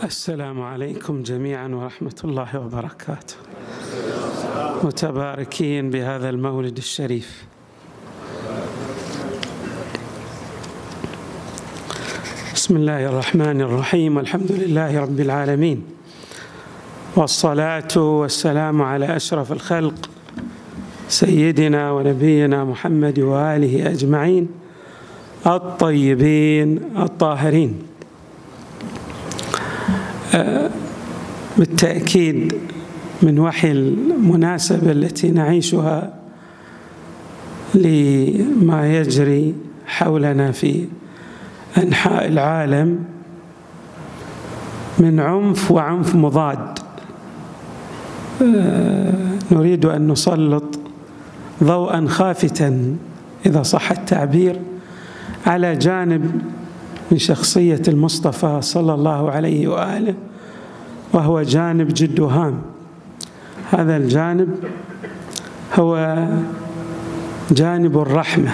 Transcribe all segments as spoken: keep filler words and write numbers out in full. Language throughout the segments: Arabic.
السلام عليكم جميعا ورحمة الله وبركاته، متباركين بهذا المولد الشريف. بسم الله الرحمن الرحيم، والحمد لله رب العالمين، والصلاة والسلام على أشرف الخلق سيدنا ونبينا محمد وآله أجمعين الطيبين الطاهرين. بالتأكيد من وحي المناسبة التي نعيشها لما يجري حولنا في أنحاء العالم من عنف وعنف مضاد، نريد أن نسلط ضوءا خافتا إذا صح التعبير على جانب من شخصية المصطفى صلى الله عليه وآله، وهو جانب جد هام. هذا الجانب هو جانب الرحمة.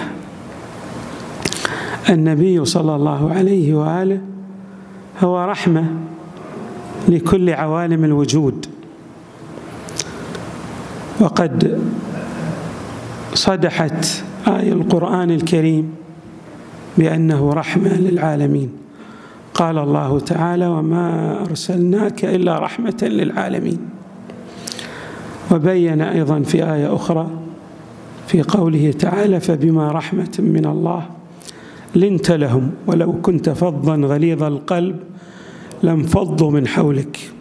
النبي صلى الله عليه وآله هو رحمة لكل عوالم الوجود، وقد صدحت آية القرآن الكريم بأنه رحمة للعالمين. قال الله تعالى: وما أرسلناك إلا رحمة للعالمين. وبين أيضا في آية أخرى في قوله تعالى: فبما رحمة من الله لنت لهم ولو كنت فظا غليظ القلب لانفضوا من حولك.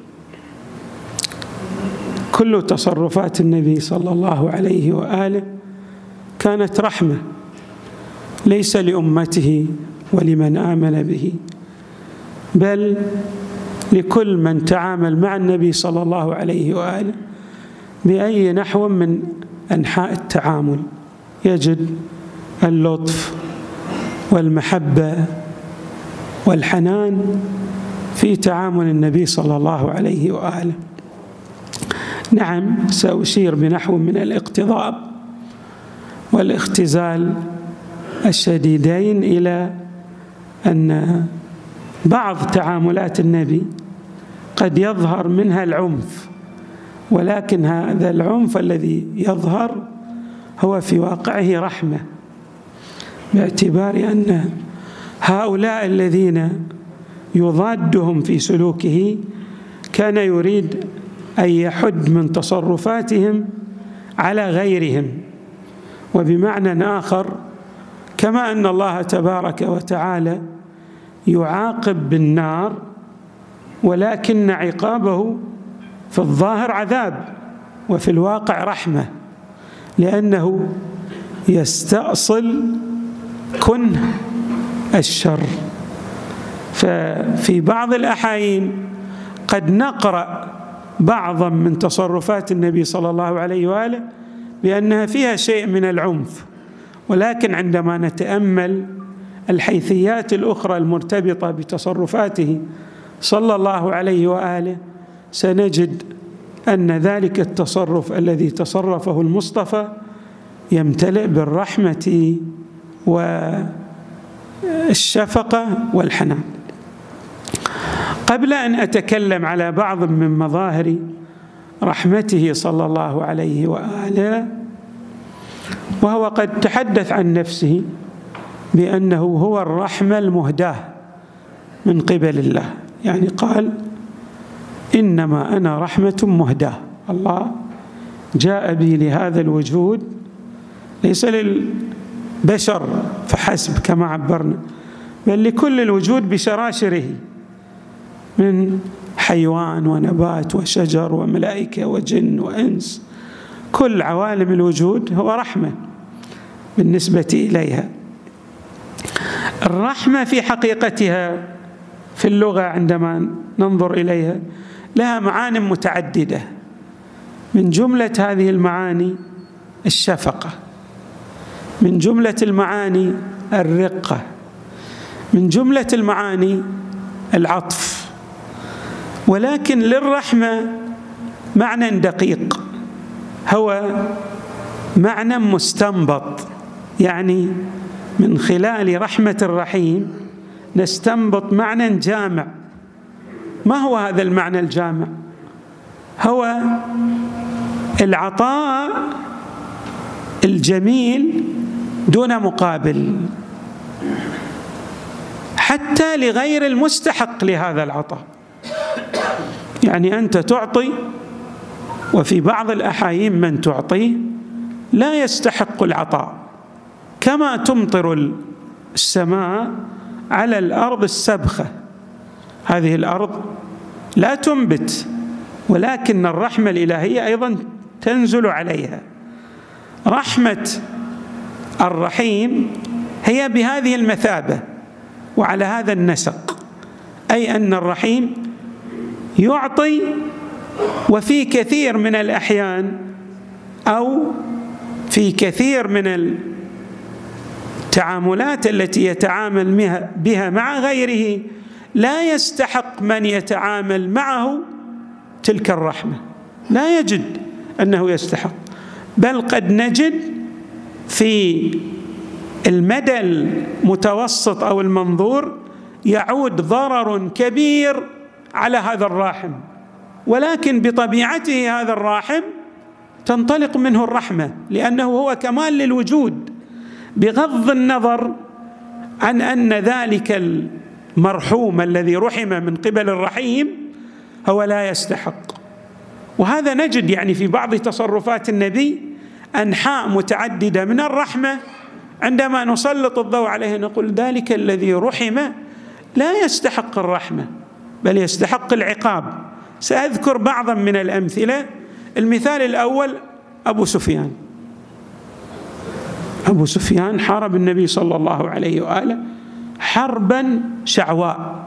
كل تصرفات النبي صلى الله عليه وآله كانت رحمة، ليس لأمته ولمن آمن به، بل لكل من تعامل مع النبي صلى الله عليه وآله بأي نحو من أنحاء التعامل يجد اللطف والمحبة والحنان في تعامل النبي صلى الله عليه وآله. نعم، سأشير بنحو من الاقتضاب والاختزال الشديدين إلى أن بعض تعاملات النبي قد يظهر منها العنف، ولكن هذا العنف الذي يظهر هو في واقعه رحمة، باعتبار أن هؤلاء الذين يضادهم في سلوكه كان يريد أن يحد من تصرفاتهم على غيرهم. وبمعنى آخر، كما أن الله تبارك وتعالى يعاقب بالنار، ولكن عقابه في الظاهر عذاب وفي الواقع رحمة، لأنه يستأصل كنه الشر. ففي بعض الأحايين قد نقرأ بعضا من تصرفات النبي صلى الله عليه وآله بأنها فيها شيء من العنف، ولكن عندما نتأمل الحيثيات الأخرى المرتبطة بتصرفاته صلى الله عليه وآله سنجد أن ذلك التصرف الذي تصرفه المصطفى يمتلئ بالرحمة والشفقة والحنان. قبل أن أتكلم على بعض من مظاهر رحمته صلى الله عليه وآله، وهو قد تحدث عن نفسه بأنه هو الرحمة المهداة من قبل الله، يعني قال: إنما أنا رحمة مهداة. الله جاء بي لهذا الوجود ليس للبشر فحسب كما عبرنا، بل لكل الوجود بشراشره من حيوان ونبات وشجر وملائكة وجن وإنس. كل عوالم الوجود هو رحمة بالنسبة إليها. الرحمة في حقيقتها في اللغة عندما ننظر إليها لها معاني متعددة، من جملة هذه المعاني الشفقة، من جملة المعاني الرقة، من جملة المعاني العطف. ولكن للرحمة معنى دقيق، هو معنى مستنبط، يعني من خلال رحمة الرحيم نستنبط معنى جامع ما هو هذا المعنى الجامع؟ هو العطاء الجميل دون مقابل، حتى لغير المستحق لهذا العطاء. يعني أنت تعطي، وفي بعض الأحايين من تعطيه لا يستحق العطاء، كما تمطر السماء على الأرض السبخة. هذه الأرض لا تنبت، ولكن الرحمة الإلهية أيضا تنزل عليها. رحمة الرحيم هي بهذه المثابة وعلى هذا النسق، أي أن الرحيم يعطي، وفي كثير من الأحيان أو في كثير من التعاملات التي يتعامل بها مع غيره لا يستحق من يتعامل معه تلك الرحمة، لا يجد أنه يستحق، بل قد نجد في المدى المتوسط أو المنظور يعود ضرر كبير على هذا الراحم، ولكن بطبيعته هذا الراحم تنطلق منه الرحمة، لأنه هو كمال للوجود، بغض النظر عن أن ذلك المرحوم الذي رحم من قبل الرحيم هو لا يستحق. وهذا نجد يعني في بعض تصرفات النبي أنحاء متعددة من الرحمة، عندما نسلط الضوء عليه نقول ذلك الذي رحم لا يستحق الرحمة بل يستحق العقاب. سأذكر بعضا من الأمثلة. المثال الأول أبو سفيان. أبو سفيان حارب النبي صلى الله عليه وآله حربا شعواء،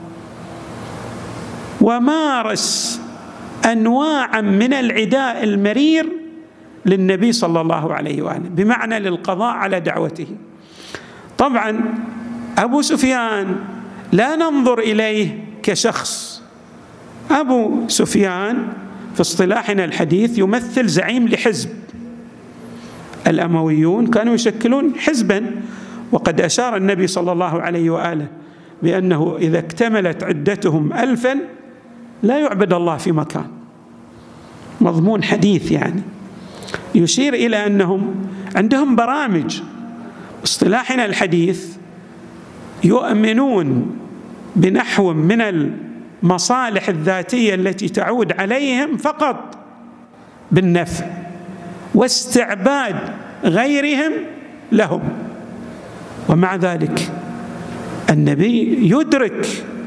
ومارس أنواعا من العداء المرير للنبي صلى الله عليه وآله، بمعنى للقضاء على دعوته. طبعا أبو سفيان لا ننظر إليه كشخص. أبو سفيان في اصطلاحنا الحديث يمثل زعيم لحزب. الأمويون كانوا يشكلون حزبا، وقد أشار النبي صلى الله عليه وآله بأنه إذا اكتملت عدتهم ألفا لا يعبد الله في مكان. مضمون حديث يعني يشير إلى أنهم عندهم برامج. اصطلاحنا الحديث يؤمنون بنحو من المصالح الذاتية التي تعود عليهم فقط بالنفع، واستعباد غيرهم لهم. ومع ذلك النبي يدرك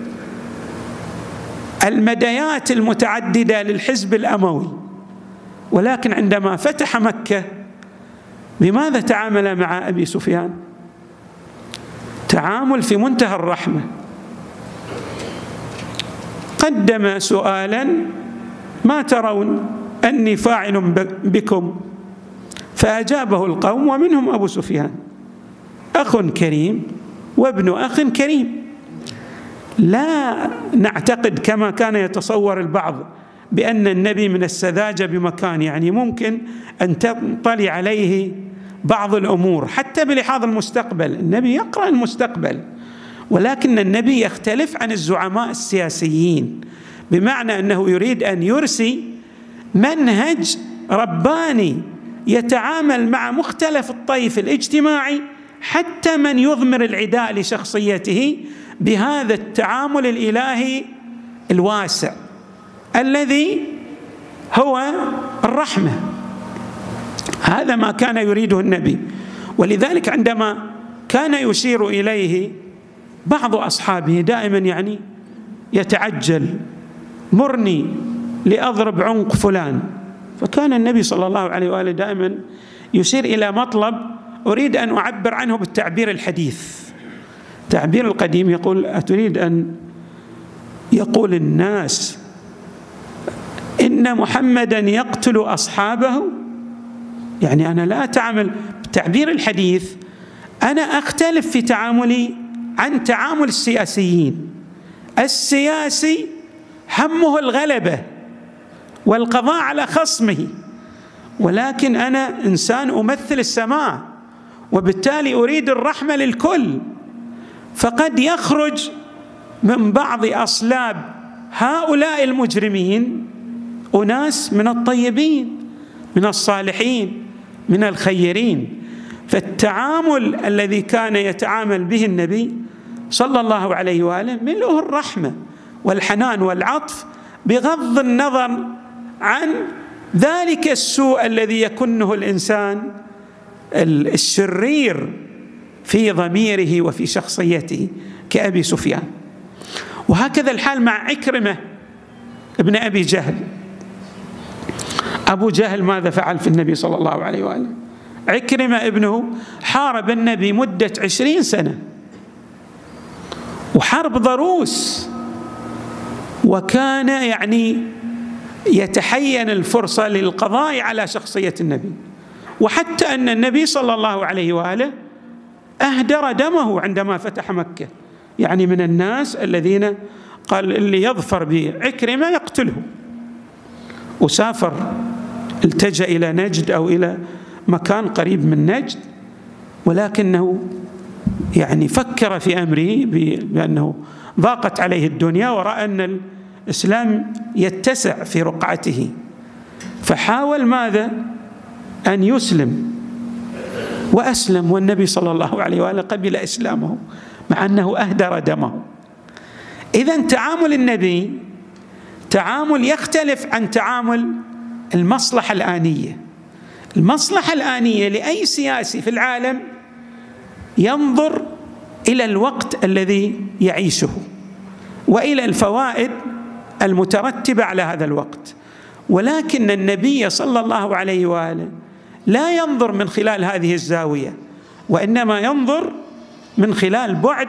المديات المتعددة للحزب الأموي، ولكن عندما فتح مكة بماذا تعامل مع أبي سفيان؟ تعامل في منتهى الرحمة. قدم سؤالا: ما ترون أني فاعل بكم؟ فأجابه القوم ومنهم أبو سفيان: أخ كريم وابن أخ كريم. لا نعتقد كما كان يتصور البعض بأن النبي من السذاجة بمكان، يعني ممكن أن تطلع عليه بعض الأمور حتى بلحاظ المستقبل. النبي يقرأ المستقبل، ولكن النبي يختلف عن الزعماء السياسيين، بمعنى أنه يريد أن يرسي منهج رباني يتعامل مع مختلف الطيف الاجتماعي، حتى من يضمر العداء لشخصيته، بهذا التعامل الإلهي الواسع الذي هو الرحمة. هذا ما كان يريده النبي. ولذلك عندما كان يشير إليه بعض أصحابه دائما يعني يتعجل: مرني لأضرب عنق فلان. فكان النبي صلى الله عليه وآله دائما يشير إلى مطلب أريد أن أعبر عنه بالتعبير الحديث. التعبير القديم يقول: أتريد أن يقول الناس إن محمدا يقتل أصحابه؟ يعني أنا لا أتعامل بالتعبير الحديث، أنا أختلف في تعاملي عن تعامل السياسيين. السياسي همه الغلبة والقضاء على خصمه، ولكن أنا إنسان أمثل السماء، وبالتالي أريد الرحمة للكل. فقد يخرج من بعض أصلاب هؤلاء المجرمين أناس من الطيبين، من الصالحين، من الخيرين. فالتعامل الذي كان يتعامل به النبي صلى الله عليه وآله ملؤه الرحمة والحنان والعطف، بغض النظر عن ذلك السوء الذي يكنه الإنسان الشرير في ضميره وفي شخصيته كأبي سفيان. وهكذا الحال مع عكرمة ابن أبي جهل. أبو جهل ماذا فعل في النبي صلى الله عليه وآله؟ عكرمة ابنه حارب النبي مدة عشرين سنة، وحرب ضروس، وكان يعني يتحين الفرصة للقضاء على شخصية النبي، وحتى أن النبي صلى الله عليه وآله أهدر دمه عندما فتح مكة. يعني من الناس الذين قال اللي يظفر بعكرمة يقتله، وسافر التجأ إلى نجد أو إلى مكان قريب من نجد، ولكنه يعني فكر في أمره بأنه ضاقت عليه الدنيا ورأى أن الإسلام يتسع في رقعته، فحاول ماذا؟ أن يسلم، وأسلم، والنبي صلى الله عليه وآله قبل إسلامه مع أنه أهدر دمه. إذن تعامل النبي تعامل يختلف عن تعامل المصلحة الآنية. المصلحة الآنية لأي سياسي في العالم ينظر إلى الوقت الذي يعيشه وإلى الفوائد المترتبة على هذا الوقت، ولكن النبي صلى الله عليه وآله لا ينظر من خلال هذه الزاوية، وإنما ينظر من خلال بعد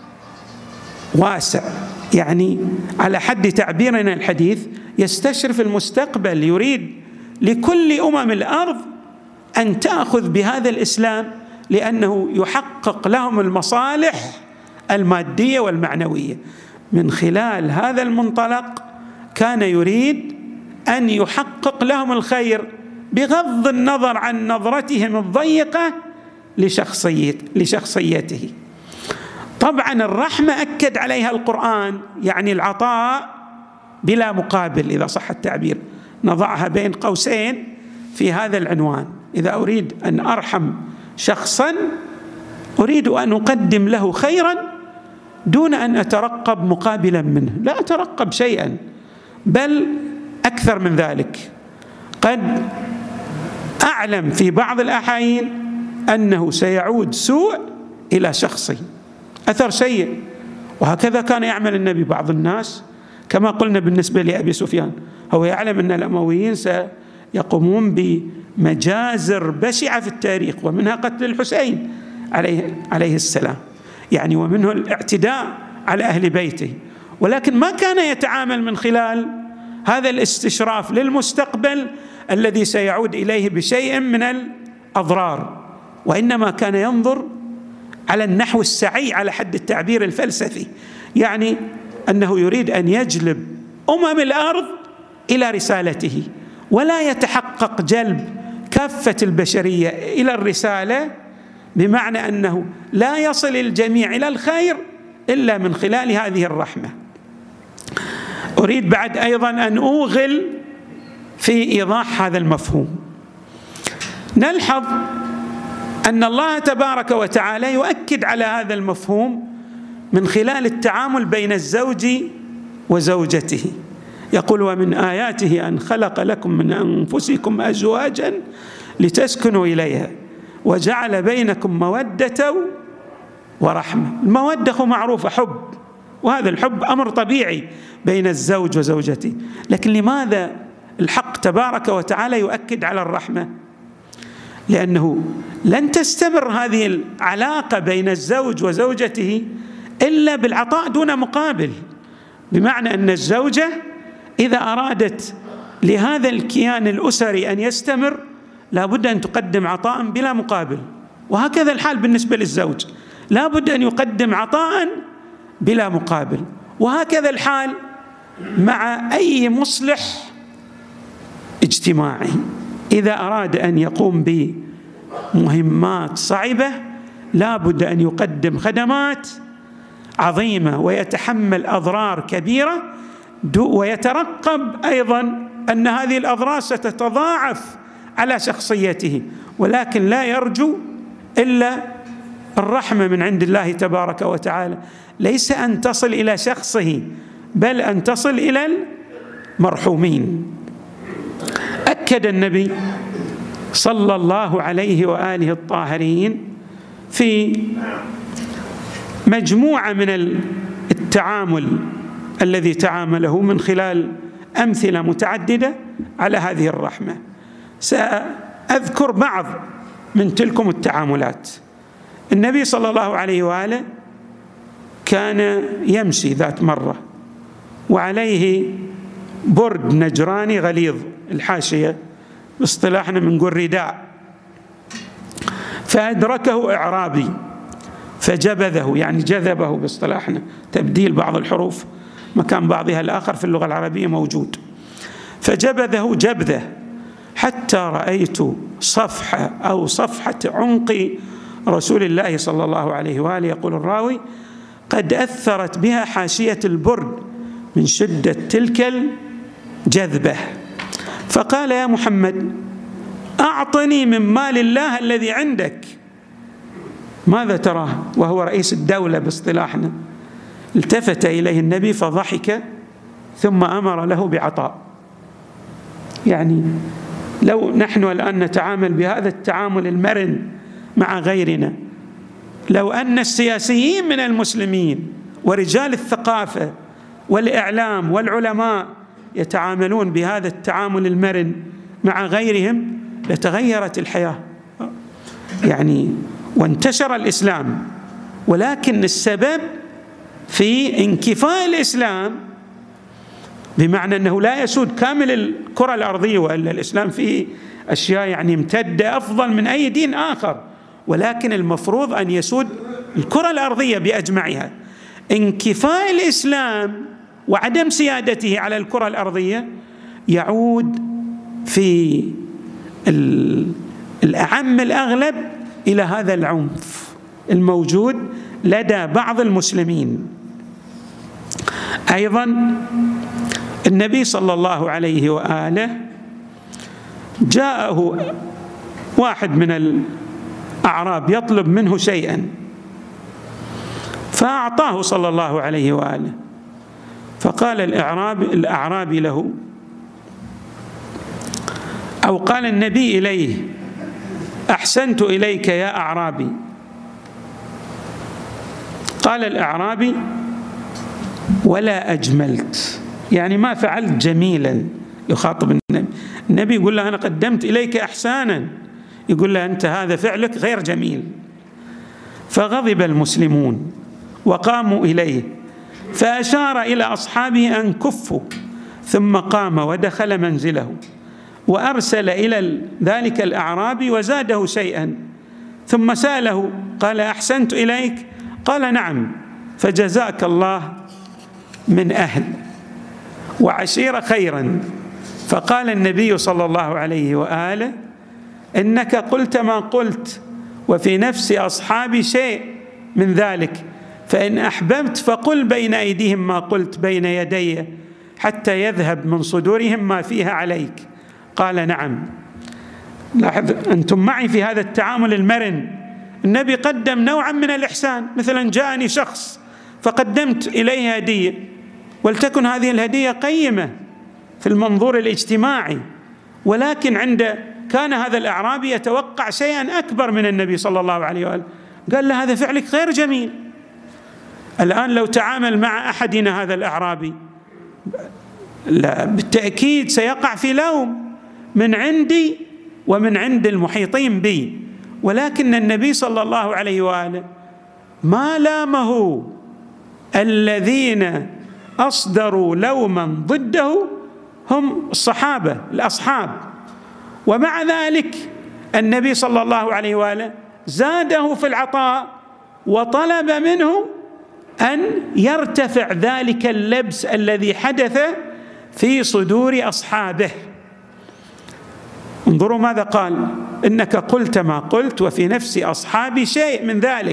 واسع، يعني على حد تعبيرنا الحديث يستشرف المستقبل، يريد لكل أمم الأرض أن تأخذ بهذا الإسلام لأنه يحقق لهم المصالح المادية والمعنوية. من خلال هذا المنطلق كان يريد أن يحقق لهم الخير بغض النظر عن نظرتهم الضيقة لشخصية لشخصيته. طبعا الرحمة أكد عليها القرآن، يعني العطاء بلا مقابل إذا صح التعبير، نضعها بين قوسين في هذا العنوان. إذا أريد أن أرحم شخصا أريد أن أقدم له خيرا دون أن أترقب مقابلا منه، لا أترقب شيئا، بل أكثر من ذلك، قد أعلم في بعض الأحايين أنه سيعود سوء إلى شخصي، أثر سيء. وهكذا كان يعمل النبي. بعض الناس كما قلنا بالنسبة لأبي سفيان، هو يعلم أن الأمويين سيقومون بمجازر بشعة في التاريخ، ومنها قتل الحسين عليه, عليه السلام، يعني ومنه الاعتداء على أهل بيته، ولكن ما كان يتعامل من خلال هذا الاستشراف للمستقبل الذي سيعود إليه بشيء من الأضرار، وإنما كان ينظر على النحو السعي على حد التعبير الفلسفي، يعني أنه يريد أن يجلب أمم الأرض إلى رسالته، ولا يتحقق جلب كافة البشرية إلى الرسالة، بمعنى أنه لا يصل الجميع إلى الخير إلا من خلال هذه الرحمة. أريد بعد أيضا أن أوغل في إيضاح هذا المفهوم. نلحظ أن الله تبارك وتعالى يؤكد على هذا المفهوم من خلال التعامل بين الزوج وزوجته. يقول: ومن آياته أن خلق لكم من أنفسكم أزواجا لتسكنوا إليها وجعل بينكم مودة ورحمة. المودة معروفة، حب، وهذا الحب أمر طبيعي بين الزوج وزوجته، لكن لماذا الحق تبارك وتعالى يؤكد على الرحمة؟ لأنه لن تستمر هذه العلاقة بين الزوج وزوجته إلا بالعطاء دون مقابل، بمعنى أن الزوجة إذا أرادت لهذا الكيان الأسري أن يستمر لا بد أن تقدم عطاء بلا مقابل، وهكذا الحال بالنسبة للزوج، لا بد أن يقدم عطاء بلا مقابل، وهكذا الحال مع أي مصلح اجتماعي إذا أراد أن يقوم بمهمات صعبة لا بد أن يقدم خدمات عظيمة ويتحمل أضرار كبيرة ويترقب أيضا أن هذه الأضرار ستتضاعف على شخصيته، ولكن لا يرجو إلا الرحمة من عند الله تبارك وتعالى، ليس أن تصل إلى شخصه بل أن تصل إلى المرحومين. أكد النبي صلى الله عليه وآله الطاهرين في مجموعة من التعامل الذي تعامله من خلال أمثلة متعددة على هذه الرحمة. سأذكر بعض من تلكم التعاملات. النبي صلى الله عليه وآله كان يمشي ذات مرة وعليه برد نجراني غليظ، الحاشية باصطلاحنا بنقول رداء، فأدركه إعرابي فجبذه، يعني جذبه باصطلاحنا، تبديل بعض الحروف مكان بعضها الآخر في اللغة العربية موجود. فجبذه جبذة حتى رأيت صفحة أو صفحة عنق رسول الله صلى الله عليه وآله، يقول الراوي، قد أثرت بها حاشية البرد من شدة تلك الجذبة. فقال: يا محمد، أعطني من مال الله الذي عندك. ماذا تراه وهو رئيس الدولة باصطلاحنا؟ التفت إليه النبي فضحك ثم أمر له بعطاء. يعني لو نحن الآن نتعامل بهذا التعامل المرن مع غيرنا، لو أن السياسيين من المسلمين ورجال الثقافة والإعلام والعلماء يتعاملون بهذا التعامل المرن مع غيرهم لتغيرت الحياة يعني وانتشر الإسلام. ولكن السبب في انكفاء الإسلام، بمعنى أنه لا يسود كامل الكرة الأرضية، وإلا الإسلام فيه أشياء يعني امتدة أفضل من أي دين آخر، ولكن المفروض أن يسود الكرة الأرضية بأجمعها. انكفاء الإسلام وعدم سيادته على الكرة الأرضية يعود في الأعم الأغلب إلى هذا العنف الموجود لدى بعض المسلمين. أيضا النبي صلى الله عليه وآله جاءه واحد من الأعراب يطلب منه شيئا فأعطاه صلى الله عليه وآله، فقال الأعرابي الأعرابي له، أو قال النبي إليه: أحسنت إليك يا أعرابي. قال الأعرابي: ولا أجملت، يعني ما فعلت جميلا. يخاطب النبي، النبي يقول له: أنا قدمت إليك إحسانا، يقول له: أنت هذا فعلك غير جميل. فغضب المسلمون وقاموا إليه، فأشار إلى أصحابه أن كفوا، ثم قام ودخل منزله وأرسل إلى ذلك الأعرابي وزاده شيئا، ثم سأله قال: أحسنت إليك؟ قال: نعم، فجزاك الله من أهل وعشيرة خيرا. فقال النبي صلى الله عليه وآله: إنك قلت ما قلت، وفي نفس أصحابي شيء من ذلك، فإن أحببت فقل بين أيديهم ما قلت بين يدي، حتى يذهب من صدورهم ما فيها عليك. قال: نعم. لاحظ أنتم معي في هذا التعامل المرن. النبي قدم نوعا من الإحسان، مثلا جاءني شخص فقدمت إليه هدية، ولتكن هذه الهدية قيمة في المنظور الاجتماعي، ولكن عند كان هذا الأعرابي يتوقع شيئا أكبر من النبي صلى الله عليه وآله، قال له: هذا فعلك غير جميل. الآن لو تعامل مع أحدنا هذا الأعرابي، لا بالتأكيد سيقع في لوم من عندي ومن عند المحيطين بي، ولكن النبي صلى الله عليه وآله ما لامه. الذين أصدروا لوما ضده هم الصحابة الأصحاب، ومع ذلك النبي صلى الله عليه وآله زاده في العطاء وطلب منه أن يرتفع ذلك اللبس الذي حدث في صدور أصحابه. انظروا ماذا قال: إنك قلت ما قلت، وفي نفس أصحابي شيء من ذلك،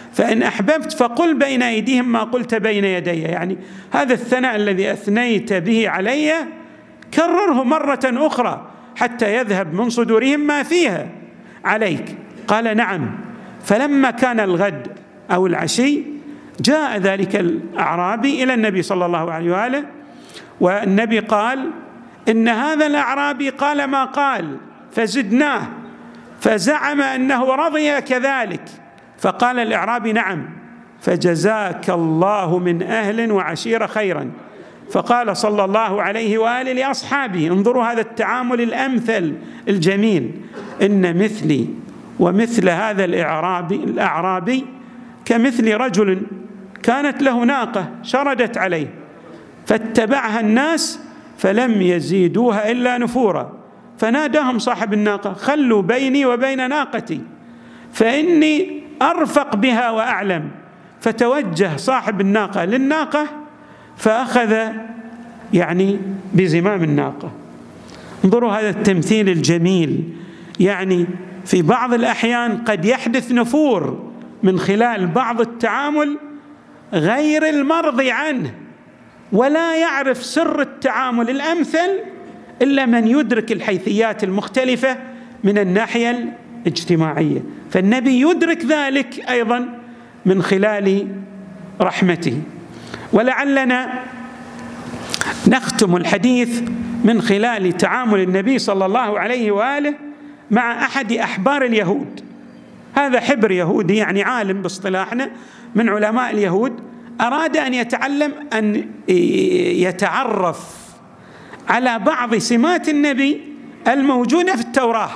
فإن أحببت فقل بين أيديهم ما قلت بين يدي، يعني هذا الثناء الذي أثنيت به علي كرره مرة أخرى حتى يذهب من صدورهم ما فيها عليك. قال نعم. فلما كان الغد أو العشي جاء ذلك الأعرابي إلى النبي صلى الله عليه وآله، والنبي قال إن هذا الأعرابي قال ما قال فزدناه، فزعم أنه رضي كذلك. فقال الأعرابي نعم، فجزاك الله من أهل وعشيرة خيرا. فقال صلى الله عليه وآله لأصحابه انظروا هذا التعامل الأمثل الجميل، إن مثلي ومثل هذا الأعرابي الأعرابي كمثل رجل كانت له ناقة شردت عليه فاتبعها الناس فلم يزيدوها إلا نفورا، فناداهم صاحب الناقة خلوا بيني وبين ناقتي فإني أرفق بها وأعلم. فتوجه صاحب الناقة للناقة فأخذ يعني بزمام الناقة. انظروا هذا التمثيل الجميل، يعني في بعض الأحيان قد يحدث نفور من خلال بعض التعامل غير المرضي عنه، ولا يعرف سر التعامل الأمثل إلا من يدرك الحيثيات المختلفة من الناحية الاجتماعية. فالنبي يدرك ذلك أيضا من خلال رحمته. ولعلنا نختم الحديث من خلال تعامل النبي صلى الله عليه وآله مع أحد أحبار اليهود. هذا حبر يهودي يعني عالم باصطلاحنا من علماء اليهود، أراد أن يتعلم أن يتعرف على بعض سمات النبي الموجودة في التوراة.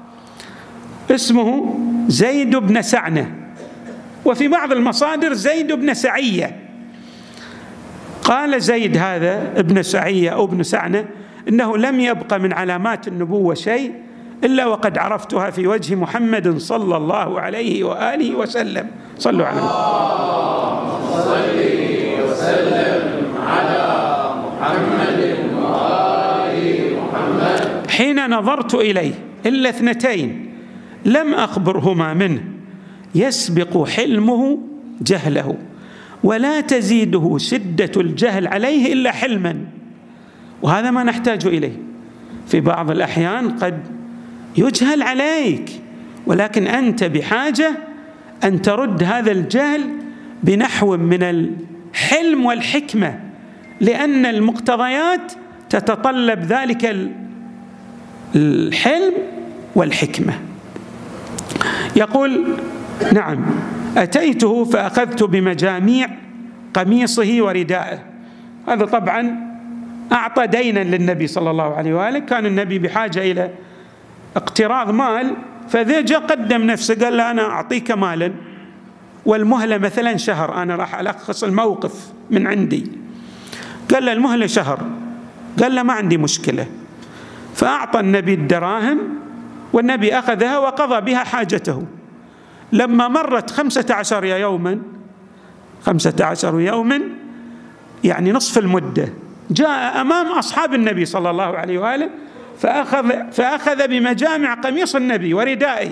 اسمه زيد بن سعنة، وفي بعض المصادر زيد بن سعية. قال زيد هذا ابن سعية أو ابن سعنة إنه لم يبقى من علامات النبوة شيء إلا وقد عرفتها في وجه محمد صلى الله عليه وآله وسلم. صلوا على اللهم صل وسلم على محمد وآل محمد. حين نظرت إليه إلا اثنتين لم أخبرهما منه، يسبق حلمه جهله ولا تزيده شدة الجهل عليه إلا حلما. وهذا ما نحتاج إليه. في بعض الأحيان قد يجهل عليك، ولكن أنت بحاجة أن ترد هذا الجهل بنحو من الحلم والحكمة، لأن المقتضيات تتطلب ذلك الحلم والحكمة. يقول نعم أتيته فأخذت بمجاميع قميصه وردائه. هذا طبعا أعطى دينا للنبي صلى الله عليه وآله، كان النبي بحاجة إلى اقتراض مال، فذا جاء قدم نفسه قال له أنا أعطيك مالا والمهلة مثلا شهر، أنا راح ألخص الموقف من عندي. قال له المهلة شهر، قال له ما عندي مشكلة. فأعطى النبي الدراهم والنبي أخذها وقضى بها حاجته. لما مرت خمسة عشر يوما خمسة عشر يوما يعني نصف المدة، جاء أمام أصحاب النبي صلى الله عليه وآله فأخذ, فأخذ بمجامع قميص النبي وردائه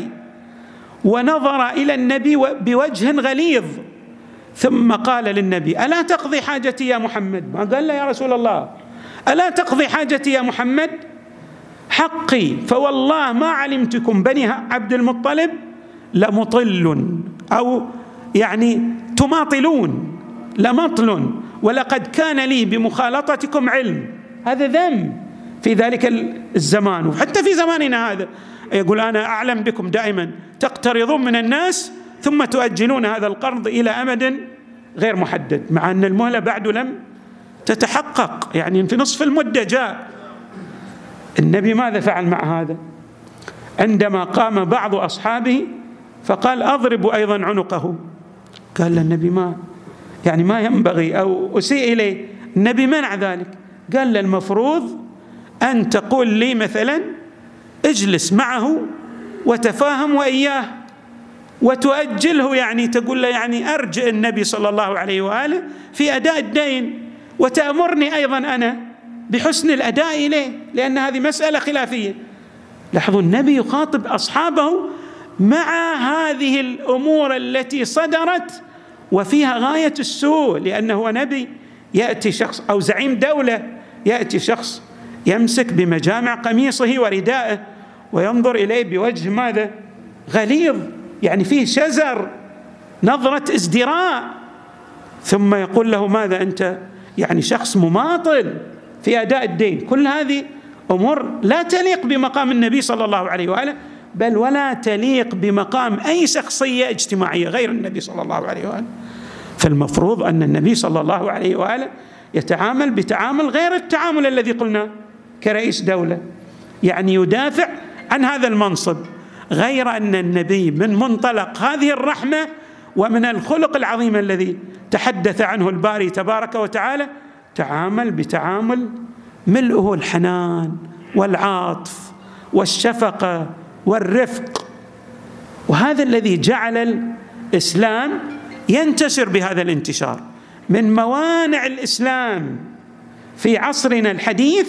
ونظر إلى النبي بوجه غليظ، ثم قال للنبي ألا تقضي حاجتي يا محمد؟ ما قال له يا رسول الله ألا تقضي حاجتي يا محمد؟ حقي فوالله ما علمتكم بني عبد المطلب لمطل أو يعني تماطلون، لمطل، ولقد كان لي بمخالطتكم علم. هذا ذنب في ذلك الزمان وحتى في زماننا هذا. يقول أنا أعلم بكم دائما تقترضون من الناس ثم تؤجلون هذا القرض إلى أمد غير محدد، مع أن المهلة بعد لم تتحقق، يعني في نصف المدة جاء. النبي ماذا فعل مع هذا؟ عندما قام بعض أصحابه فقال أضرب أيضا عنقه، قال للنبي ما يعني ما ينبغي أو أسيء إليه. النبي منع ذلك، قال له المفروض أن تقول لي مثلا اجلس معه وتفاهم وإياه وتؤجله، يعني تقول له يعني أرجع النبي صلى الله عليه وآله في أداء الدين، وتأمرني أيضا أنا بحسن الأداء إليه، لأن هذه مسألة خلافية. لاحظوا النبي يخاطب أصحابه مع هذه الأمور التي صدرت وفيها غاية السوء، لأنه هو نبي يأتي شخص أو زعيم دولة يأتي شخص يمسك بمجامع قميصه وردائه وينظر إليه بوجه ماذا؟ غليظ، يعني فيه شزر، نظرة ازدراء، ثم يقول له ماذا أنت؟ يعني شخص مماطل في أداء الدين. كل هذه أمور لا تليق بمقام النبي صلى الله عليه وآله، بل ولا تليق بمقام أي شخصية اجتماعية غير النبي صلى الله عليه وآله. فالمفروض أن النبي صلى الله عليه وآله يتعامل بتعامل غير التعامل الذي قلنا كرئيس دولة، يعني يدافع عن هذا المنصب، غير أن النبي من منطلق هذه الرحمة ومن الخلق العظيم الذي تحدث عنه الباري تبارك وتعالى تعامل بتعامل ملؤه الحنان والعاطف والشفقة والرفق. وهذا الذي جعل الإسلام ينتشر بهذا الانتشار. من موانع الإسلام في عصرنا الحديث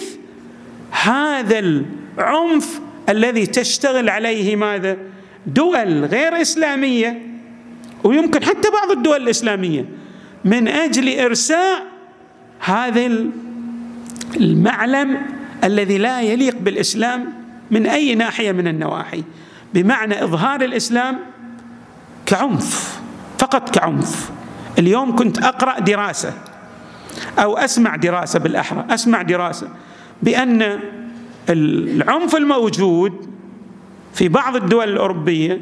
هذا العنف الذي تشتغل عليه ماذا؟ دول غير إسلامية، ويمكن حتى بعض الدول الإسلامية، من أجل إرساء هذا المعلم الذي لا يليق بالإسلام من أي ناحية من النواحي، بمعنى إظهار الإسلام كعنف، فقط كعنف. اليوم كنت أقرأ دراسة أو أسمع دراسة، بالأحرى أسمع دراسة بأن العنف الموجود في بعض الدول الأوروبية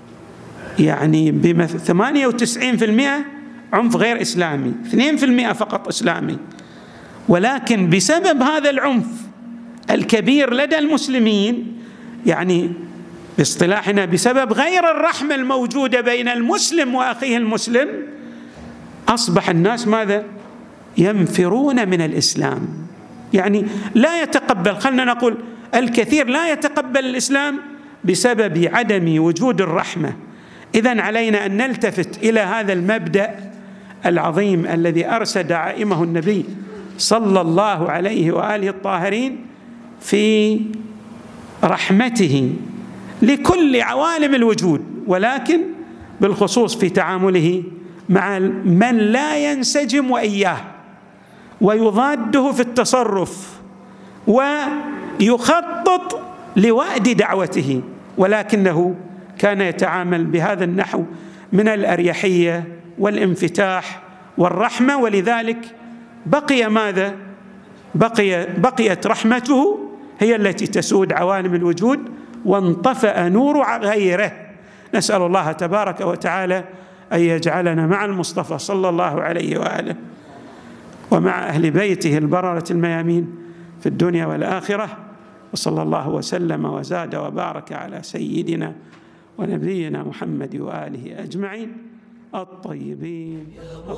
يعني ب ثمانية وتسعين بالمئة عنف غير إسلامي، اثنين بالمئة فقط إسلامي. ولكن بسبب هذا العنف الكبير لدى المسلمين، يعني باصطلاحنا بسبب غير الرحمة الموجودة بين المسلم وأخيه المسلم، أصبح الناس ماذا؟ ينفرون من الإسلام، يعني لا يتقبل، خلنا نقول الكثير لا يتقبل الإسلام بسبب عدم وجود الرحمة. إذن علينا أن نلتفت إلى هذا المبدأ العظيم الذي أرسى دعائمه النبي صلى الله عليه وآله الطاهرين في رحمته لكل عوالم الوجود، ولكن بالخصوص في تعامله مع من لا ينسجم وإياه ويضاده في التصرف ويخطط لوأد دعوته، ولكنه كان يتعامل بهذا النحو من الأريحية والانفتاح والرحمة. ولذلك بقي ماذا؟ بقي بقيت رحمته هي التي تسود عوالم الوجود، وانطفأ نور غيره. نسأل الله تبارك وتعالى أن يجعلنا مع المصطفى صلى الله عليه وآله ومع أهل بيته البررة الميامين في الدنيا والآخرة. وصلى الله وسلم وزاد وبارك على سيدنا ونبينا محمد وآله أجمعين الطيبين.